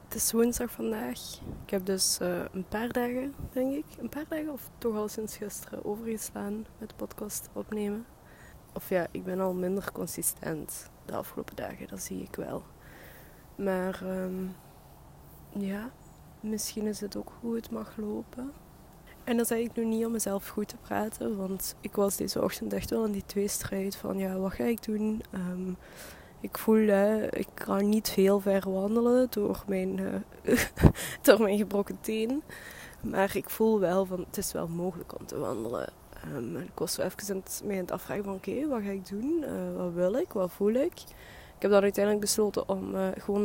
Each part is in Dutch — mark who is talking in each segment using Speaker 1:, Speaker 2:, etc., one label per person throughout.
Speaker 1: Het is woensdag vandaag. Ik heb dus een paar dagen, denk ik, of toch al sinds gisteren overgeslaan met podcast opnemen. Of ja, ik ben al minder consistent de afgelopen dagen, dat zie ik wel. Maar ja, misschien is het ook hoe het mag lopen. En dat zeg ik nu niet om mezelf goed te praten, want ik was deze ochtend echt wel in die tweestrijd van ja, wat ga ik doen? Ik voel, ik kan niet veel ver wandelen door door mijn gebroken teen. Maar ik voel wel van, het is wel mogelijk om te wandelen. Ik was zo even mij aan het afvragen van oké, wat ga ik doen? Wat wil ik? Wat voel ik? Ik heb dan uiteindelijk besloten om gewoon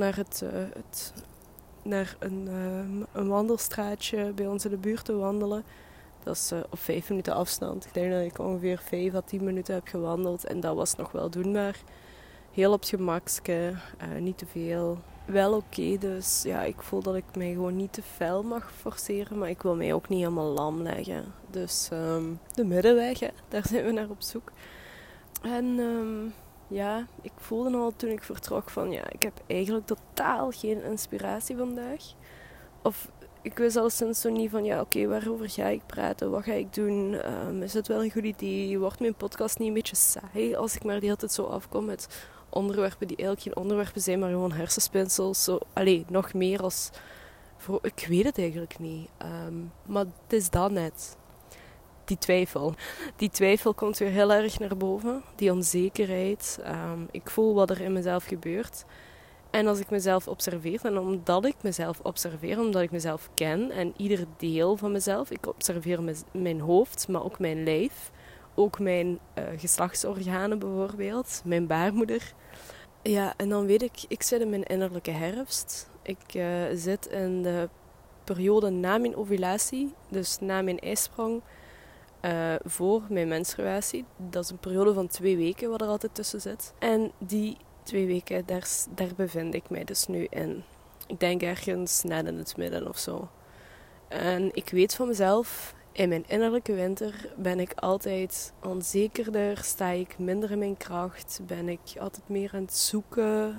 Speaker 1: naar een wandelstraatje bij ons in de buurt te wandelen. Dat is op 5 minuten afstand. Ik denk dat ik ongeveer 5 à 10 minuten heb gewandeld. En dat was nog wel doenbaar. Heel op het gemakske, niet te veel. Wel oké, dus ja, ik voel dat ik mij gewoon niet te fel mag forceren. Maar ik wil mij ook niet helemaal lam leggen. Dus de middenweg, hè, daar zijn we naar op zoek. En ja, ik voelde al toen ik vertrok van ja, ik heb eigenlijk totaal geen inspiratie vandaag. Of ik wist al sinds zo niet van ja, oké, waarover ga ik praten? Wat ga ik doen? Is het wel een goed idee? Wordt mijn podcast niet een beetje saai als ik maar de hele tijd zo afkom met onderwerpen die eigenlijk geen onderwerpen zijn, maar gewoon hersenspinsels? Zo, nog meer als... Ik weet het eigenlijk niet. Maar het is dat net. Die twijfel. Die twijfel komt weer heel erg naar boven. Die onzekerheid. Ik voel wat er in mezelf gebeurt. En als ik mezelf observeer, en omdat ik mezelf observeer, omdat ik mezelf ken en ieder deel van mezelf, ik observeer mijn hoofd, maar ook mijn lijf, ook mijn geslachtsorganen bijvoorbeeld, mijn baarmoeder. Ja, en dan weet ik zit in mijn innerlijke herfst. Ik zit in de periode na mijn ovulatie, dus na mijn ijsprong, voor mijn menstruatie. Dat is een periode van 2 weken wat er altijd tussen zit. En die 2 weken, daar bevind ik mij dus nu in. Ik denk ergens net in het midden of zo. En ik weet van mezelf, in mijn innerlijke winter ben ik altijd onzekerder, sta ik minder in mijn kracht, ben ik altijd meer aan het zoeken.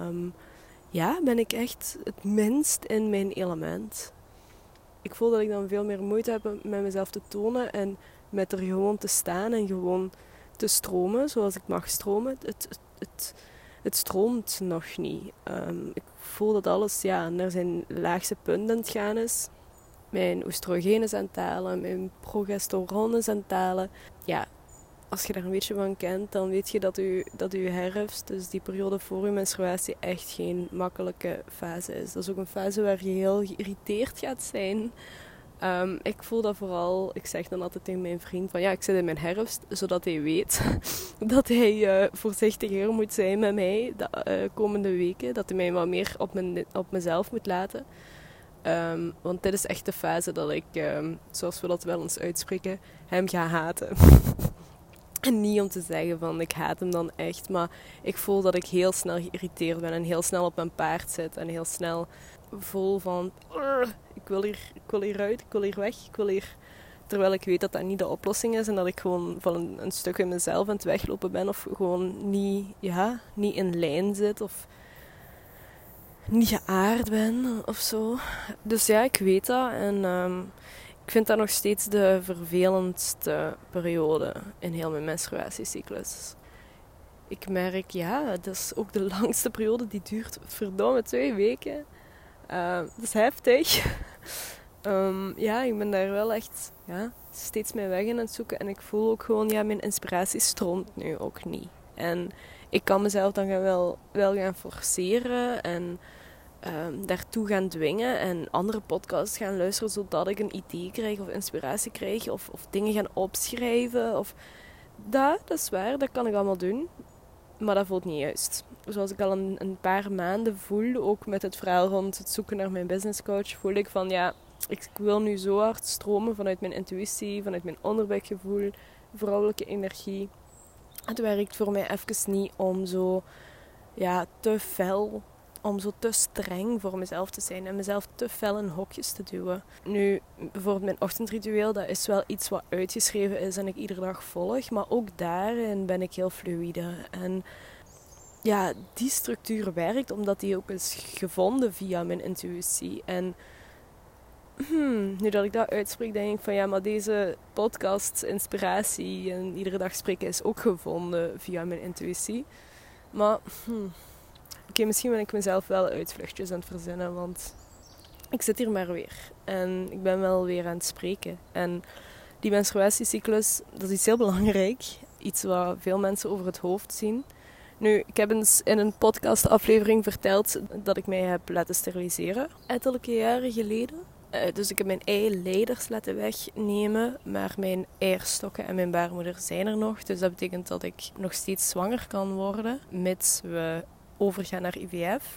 Speaker 1: Ben ik echt het minst in mijn element. Ik voel dat ik dan veel meer moeite heb met mezelf te tonen en met er gewoon te staan en gewoon te stromen zoals ik mag stromen. Het stroomt nog niet. Ik voel dat alles naar zijn laagste punt aan het gaan is. Mijn oestrogeen is aan het dalen, mijn progesteron is aan het dalen. Ja, als je daar een beetje van kent, dan weet je dat uw herfst, dus die periode voor uw menstruatie, echt geen makkelijke fase is. Dat is ook een fase waar je heel geïrriteerd gaat zijn. Ik voel dat vooral, ik zeg dan altijd tegen mijn vriend van ja, ik zit in mijn herfst, zodat hij weet dat hij voorzichtiger moet zijn met mij de komende weken. Dat hij mij wat meer op mezelf moet laten. Want dit is echt de fase dat ik, zoals we dat wel eens uitspreken, hem ga haten. En niet om te zeggen van ik haat hem dan echt, maar ik voel dat ik heel snel geïrriteerd ben en heel snel op mijn paard zit en heel snel vol van ik wil hieruit, ik wil hier weg, ik wil hier... Terwijl ik weet dat dat niet de oplossing is en dat ik gewoon van een stuk in mezelf aan het weglopen ben of gewoon niet in lijn zit of niet geaard ben of zo. Dus ja, ik weet dat en ik vind dat nog steeds de vervelendste periode in heel mijn menstruatiecyclus. Ik merk, dat is ook de langste periode, die duurt verdomme 2 weken. Dat is heftig. Ik ben daar wel echt steeds mijn weg in aan het zoeken. En ik voel ook gewoon, mijn inspiratie stroomt nu ook niet. En ik kan mezelf dan wel gaan forceren en daartoe gaan dwingen. En andere podcasts gaan luisteren zodat ik een idee krijg of inspiratie krijg. Of dingen gaan opschrijven. Dat is waar, dat kan ik allemaal doen. Maar dat voelt niet juist. Zoals ik al een paar maanden voel, ook met het verhaal rond het zoeken naar mijn businesscoach, voel ik van ik wil nu zo hard stromen vanuit mijn intuïtie, vanuit mijn onderbuikgevoel, vrouwelijke energie. Het werkt voor mij even niet om zo te fel, om zo te streng voor mezelf te zijn en mezelf te fel in hokjes te duwen. Nu, bijvoorbeeld mijn ochtendritueel, dat is wel iets wat uitgeschreven is en ik iedere dag volg. Maar ook daarin ben ik heel fluïde. En die structuur werkt, omdat die ook is gevonden via mijn intuïtie. En nu dat ik dat uitspreek, denk ik van maar deze podcast, inspiratie en iedere dag spreken is ook gevonden via mijn intuïtie. Maar oké, misschien ben ik mezelf wel uitvluchtjes aan het verzinnen, want ik zit hier maar weer. En ik ben wel weer aan het spreken. En die menstruatiecyclus, dat is iets heel belangrijk. Iets wat veel mensen over het hoofd zien. Nu, ik heb eens in een podcastaflevering verteld dat ik mij heb laten steriliseren. Ettelijke jaren geleden. Dus ik heb mijn eileiders laten wegnemen, maar mijn eierstokken en mijn baarmoeder zijn er nog. Dus dat betekent dat ik nog steeds zwanger kan worden, mits we overgaan naar IVF.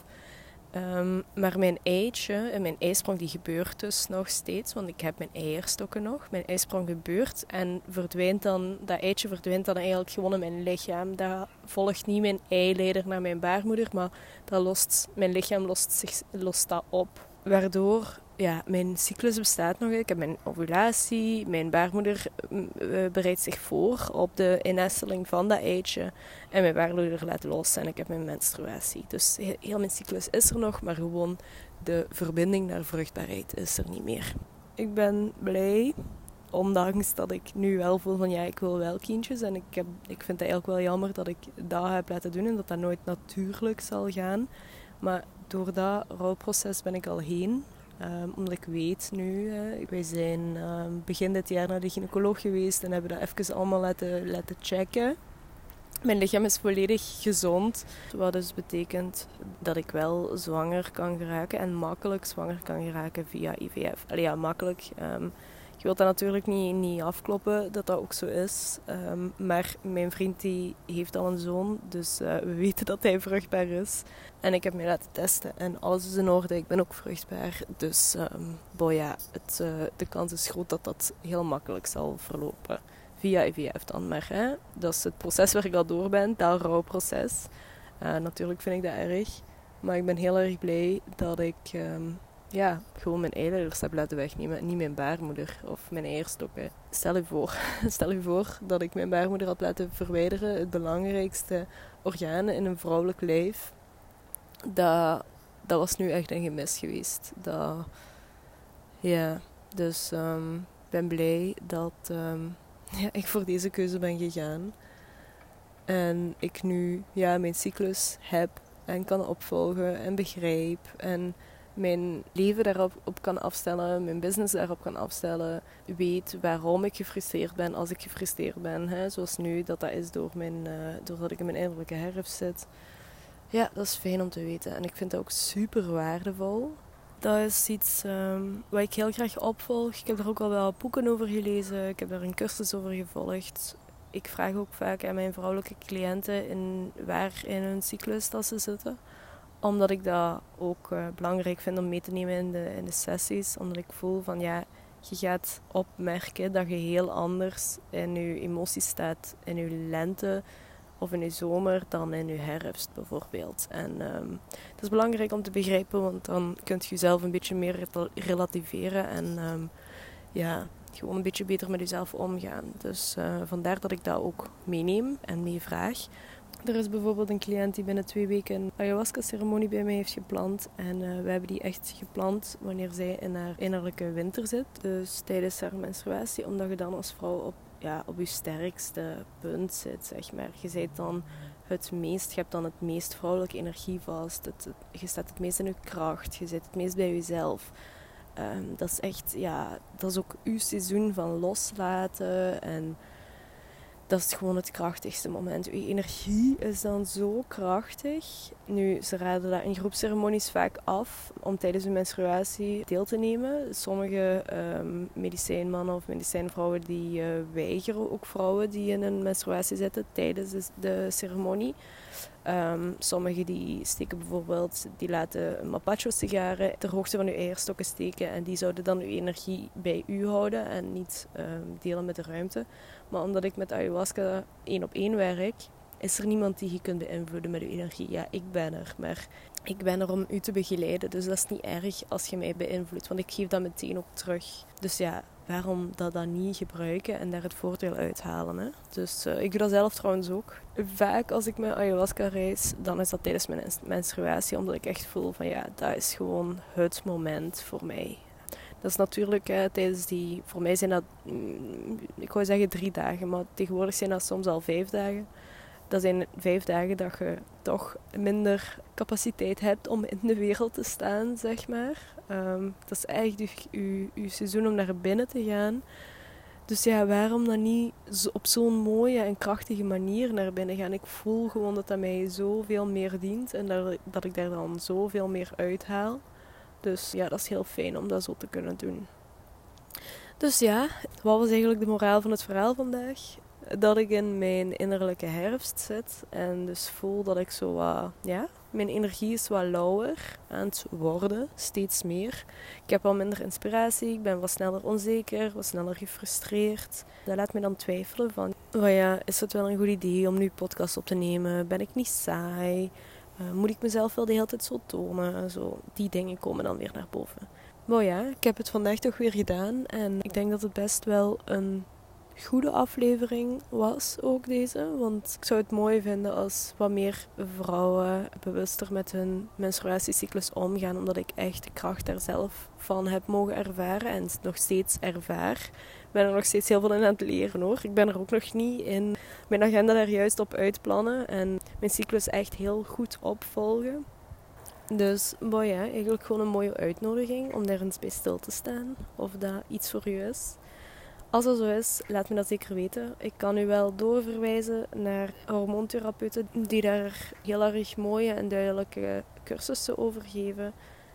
Speaker 1: Maar mijn eitje en mijn ijsprong die gebeurt dus nog steeds, want ik heb mijn eierstokken nog. Mijn ijsprong gebeurt en dat eitje verdwijnt dan eigenlijk gewoon in mijn lichaam. Dat volgt niet mijn eileider naar mijn baarmoeder, maar mijn lichaam lost dat op. Waardoor mijn cyclus bestaat nog. Ik heb mijn ovulatie, mijn baarmoeder bereidt zich voor op de innesteling van dat eitje. En mijn baarmoeder laat los en ik heb mijn menstruatie. Dus heel mijn cyclus is er nog, maar gewoon de verbinding naar vruchtbaarheid is er niet meer. Ik ben blij, ondanks dat ik nu wel voel van ik wil wel kindjes. En ik vind het eigenlijk wel jammer dat ik dat heb laten doen en dat dat nooit natuurlijk zal gaan. Maar door dat rouwproces ben ik al heen. Omdat ik weet nu, wij zijn begin dit jaar naar de gynaecoloog geweest en hebben dat even allemaal laten checken. Mijn lichaam is volledig gezond, wat dus betekent dat ik wel zwanger kan geraken en makkelijk zwanger kan geraken via IVF. Makkelijk. Je wilt dat natuurlijk niet afkloppen dat dat ook zo is. Maar mijn vriend die heeft al een zoon, dus we weten dat hij vruchtbaar is. En ik heb mij laten testen en alles is in orde. Ik ben ook vruchtbaar. Dus de kans is groot dat dat heel makkelijk zal verlopen. Via IVF dan. Maar dat is het proces waar ik al door ben, dat rouwproces. Natuurlijk vind ik dat erg. Maar ik ben heel erg blij dat ik gewoon mijn eileiders heb laten wegnemen. Niet mijn baarmoeder of mijn eierstokken. Stel je voor dat ik mijn baarmoeder had laten verwijderen. Het belangrijkste orgaan in een vrouwelijk lijf. Dat was nu echt een gemis geweest. Dus ik ben blij dat ik voor deze keuze ben gegaan. En ik nu mijn cyclus heb en kan opvolgen en begrijp. En mijn leven daarop kan afstellen, mijn business daarop kan afstellen. Weet waarom ik gefrustreerd ben als ik gefrustreerd ben. Zoals nu, dat is doordat ik in mijn innerlijke herfst zit. Ja, dat is fijn om te weten. En ik vind dat ook super waardevol. Dat is iets wat ik heel graag opvolg. Ik heb er ook al wel boeken over gelezen. Ik heb daar een cursus over gevolgd. Ik vraag ook vaak aan mijn vrouwelijke cliënten waar in hun cyclus dat ze zitten. Omdat ik dat ook belangrijk vind om mee te nemen in de sessies. Omdat ik voel van je gaat opmerken dat je heel anders in je emoties staat in je lente of in je zomer dan in je herfst bijvoorbeeld. En dat is belangrijk om te begrijpen, want dan kun je jezelf een beetje meer relativeren en gewoon een beetje beter met jezelf omgaan. Dus vandaar dat ik dat ook meeneem en meevraag. Er is bijvoorbeeld een cliënt die binnen 2 weken een ayahuasca-ceremonie bij mij heeft gepland. En we hebben die echt gepland wanneer zij in haar innerlijke winter zit. Dus tijdens haar menstruatie, omdat je dan als vrouw op je sterkste punt zit, zeg maar. Je hebt dan het meest vrouwelijke energie vast. Je staat het meest in je kracht. Je zit het meest bij jezelf. Dat is echt, dat is ook uw seizoen van loslaten en dat is gewoon het krachtigste moment. Uw energie is dan zo krachtig. Nu, ze raden dat in groepsceremonies vaak af om tijdens hun menstruatie deel te nemen. Sommige medicijnmannen of medicijnvrouwen die weigeren ook vrouwen die in een menstruatie zitten tijdens de ceremonie. Sommigen die steken bijvoorbeeld, die laten een mapacho-sigaren ter hoogte van uw eierstokken steken en die zouden dan uw energie bij u houden en niet delen met de ruimte. Maar omdat ik met ayahuasca 1-op-1 werk, is er niemand die je kunt beïnvloeden met uw energie. Ja, ik ben er, maar ik ben er om u te begeleiden. Dus dat is niet erg als je mij beïnvloedt, want ik geef dat meteen ook terug. Dus waarom dat dan niet gebruiken en daar het voordeel uithalen. Hè? Dus ik doe dat zelf trouwens ook. Vaak als ik met ayahuasca reis, dan is dat tijdens mijn menstruatie, omdat ik echt voel van ja, dat is gewoon het moment voor mij. Dat is natuurlijk tijdens die, voor mij zijn dat, ik wou zeggen 3 dagen, maar tegenwoordig zijn dat soms al 5 dagen. Dat zijn 5 dagen dat je toch minder capaciteit hebt om in de wereld te staan, zeg maar. Dat is eigenlijk je seizoen om naar binnen te gaan. Dus ja, waarom dan niet op zo'n mooie en krachtige manier naar binnen gaan? Ik voel gewoon dat dat mij zoveel meer dient en dat ik daar dan zoveel meer uithaal. Dus ja, dat is heel fijn om dat zo te kunnen doen. Dus ja, wat was eigenlijk de moraal van het verhaal vandaag? Dat ik in mijn innerlijke herfst zit en dus voel dat ik zo wat, mijn energie is wat lauwer aan het worden, steeds meer. Ik heb wel minder inspiratie, ik ben wat sneller onzeker, wat sneller gefrustreerd. Dat laat me dan twijfelen van, is het wel een goed idee om nu podcast op te nemen? Ben ik niet saai? Moet ik mezelf wel de hele tijd zo tonen? Zo, die dingen komen dan weer naar boven. Maar ja, ik heb het vandaag toch weer gedaan en ik denk dat het best wel een goede aflevering was, ook deze. Want ik zou het mooi vinden als wat meer vrouwen bewuster met hun menstruatiecyclus omgaan. Omdat ik echt de kracht daar zelf van heb mogen ervaren en het nog steeds ervaar. Ik ben er nog steeds heel veel in aan het leren hoor. Ik ben er ook nog niet in mijn agenda daar juist op uitplannen. En mijn cyclus echt heel goed opvolgen. Dus eigenlijk gewoon een mooie uitnodiging om daar eens bij stil te staan. Of dat iets voor u is. Als dat zo is, laat me dat zeker weten. Ik kan u wel doorverwijzen naar hormoontherapeuten die daar heel erg mooie en duidelijke cursussen over geven.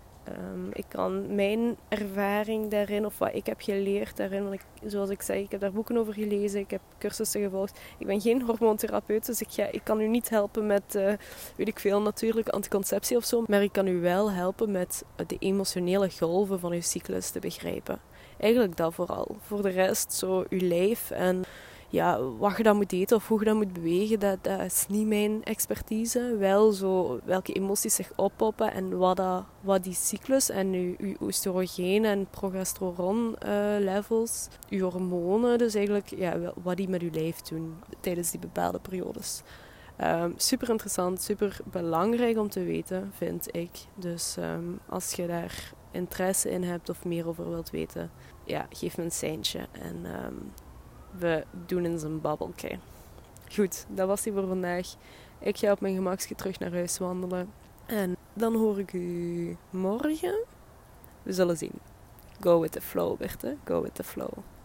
Speaker 1: Ik kan mijn ervaring daarin, of wat ik heb geleerd daarin, want zoals ik zei, ik heb daar boeken over gelezen, ik heb cursussen gevolgd. Ik ben geen hormoontherapeut, dus ik kan u niet helpen met, weet ik veel, natuurlijke anticonceptie of zo. Maar ik kan u wel helpen met de emotionele golven van uw cyclus te begrijpen. Eigenlijk dat vooral. Voor de rest, zo uw lijf en wat je dan moet eten of hoe je dan moet bewegen, dat is niet mijn expertise. Wel zo welke emoties zich oppoppen en wat die cyclus en uw oestrogeen en progesteron levels, uw hormonen, dus eigenlijk wat die met uw lijf doen tijdens die bepaalde periodes. Super interessant, super belangrijk om te weten, vind ik. Dus als je daar interesse in hebt of meer over wilt weten, geef me een seintje en we doen eens een babbeltje. Goed, dat was die voor vandaag. Ik ga op mijn gemakje terug naar huis wandelen. En dan hoor ik u morgen. We zullen zien. Go with the flow, Berthe. Go with the flow.